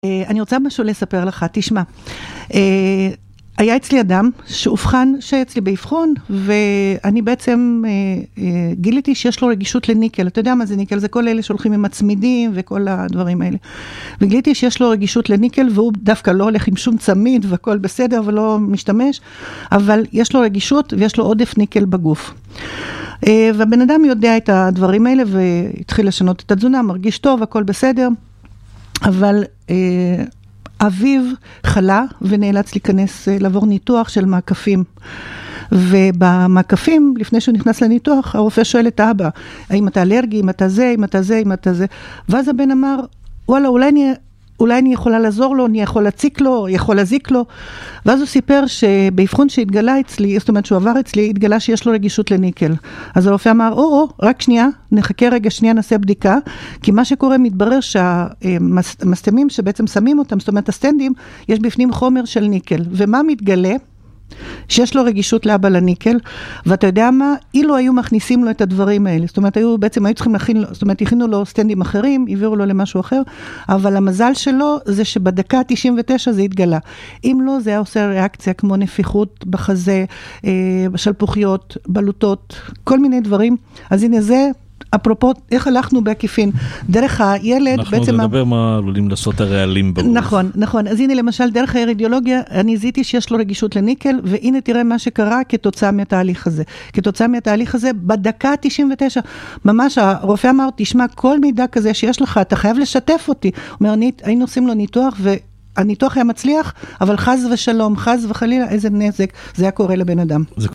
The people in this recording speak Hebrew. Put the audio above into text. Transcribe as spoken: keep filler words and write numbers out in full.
אני רוצה משהו לספר לך, תשמע. היה אצלי אדם שהובחן שאצלי באבחון, ואני בעצם גיליתי שיש לו רגישות לניקל. אתה יודע מה זה ניקל? זה כל אלה שהולכים עם הצמידים וכל הדברים האלה. וגיליתי שיש לו רגישות לניקל, והוא דווקא לא הולך עם שום צמיד והכל בסדר ולא משתמש, אבל יש לו רגישות ויש לו עודף ניקל בגוף. והבן אדם יודע את הדברים האלה והתחיל לשנות את התזונה, מרגיש טוב, הכל בסדר, אבל אביו חלה ונאלץ להיכנס, לעבור ניתוח של מעקפים. ובמעקפים, לפני שהוא נכנס לניתוח, הרופא שואל את האבא, האם אתה אלרגי, אם אתה זה, אם אתה זה, אם אתה זה. ואז הבן אמר, וואלה, אולי אני, אולי אני יכולה לעזור לו, אני יכול להציק לו, יכול להזיק לו. ואז הוא סיפר שבאבחון שהתגלה אצלי, זאת אומרת שהוא עבר אצלי, התגלה שיש לו רגישות לניקל. אז הרופא אמר, או, או, רק שנייה, נחכה רגע שנייה, נעשה בדיקה, כי מה שקורה מתברר שהמסתמים שבעצם שמים אותם, זאת אומרת הסטנדים, יש בפנים חומר של ניקל. ומה מתגלה? שיש לו רגישות לאבא לניקל, ואתה יודע מה? אילו היו מכניסים לו את הדברים האלה, זאת אומרת, היו, בעצם היו צריכים להכין לו, זאת אומרת, הכינו לו סטנדים אחרים, העבירו לו למשהו אחר, אבל המזל שלו זה שבדקה תשעים ותשע זה התגלה. אם לא, זה היה עושה ריאקציה כמו נפיחות בחזה, בשלפוחיות, בלוטות, כל מיני דברים. אז הנה זה, אפרופו, איך הלכנו בעקיפין? דרך הילד, אנחנו בעצם... אנחנו נדבר מה עלולים לעשות הרעלים בגוף. נכון, נכון. אז הנה למשל, דרך הרדיולוגיה, אני זיהיתי שיש לו רגישות לניקל, והנה תראה מה שקרה כתוצאה מהתהליך הזה. כתוצאה מהתהליך הזה, בדקה תשעים ותשע, ממש הרופא אמר, תשמע, כל מידע כזה שיש לך, אתה חייב לשתף אותי. הוא אומר, היינו עושים לו ניתוח, והניתוח היה מצליח, אבל חז ושלום, חז וחלילה, איזה נזק, זה היה קורה לבן אדם.